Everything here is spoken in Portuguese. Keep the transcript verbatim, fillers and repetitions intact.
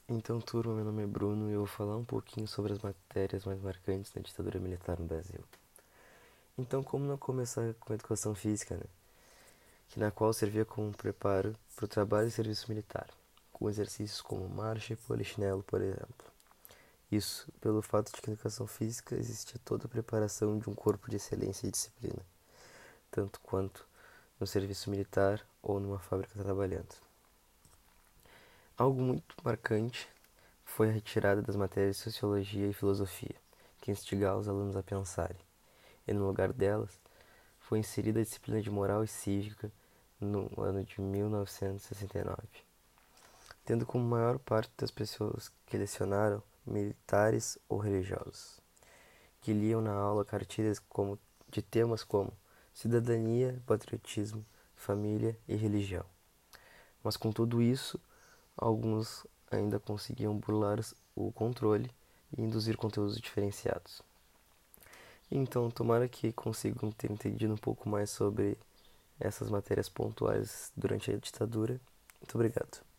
Então, turma, meu nome é Bruno e eu vou falar um pouquinho sobre as matérias mais marcantes da ditadura militar no Brasil. Então, como não começar com a educação física, né? Que na qual servia como preparo para o trabalho e serviço militar, com exercícios como marcha e polichinelo, por exemplo. Isso pelo fato de que na educação física existia toda a preparação de um corpo de excelência e disciplina, tanto quanto no serviço militar ou numa fábrica trabalhando. Algo muito marcante foi a retirada das matérias de Sociologia e Filosofia, que instigava os alunos a pensarem, e no lugar delas foi inserida a disciplina de Moral e Cívica no ano de mil novecentos e sessenta e nove, tendo como maior parte das pessoas que lecionaram militares ou religiosos, que liam na aula cartilhas como, de temas como cidadania, patriotismo, família e religião. Mas com tudo isso, alguns ainda conseguiam burlar o controle e induzir conteúdos diferenciados. Então, tomara que consigam ter entendido um pouco mais sobre essas matérias pontuais durante a ditadura. Muito obrigado.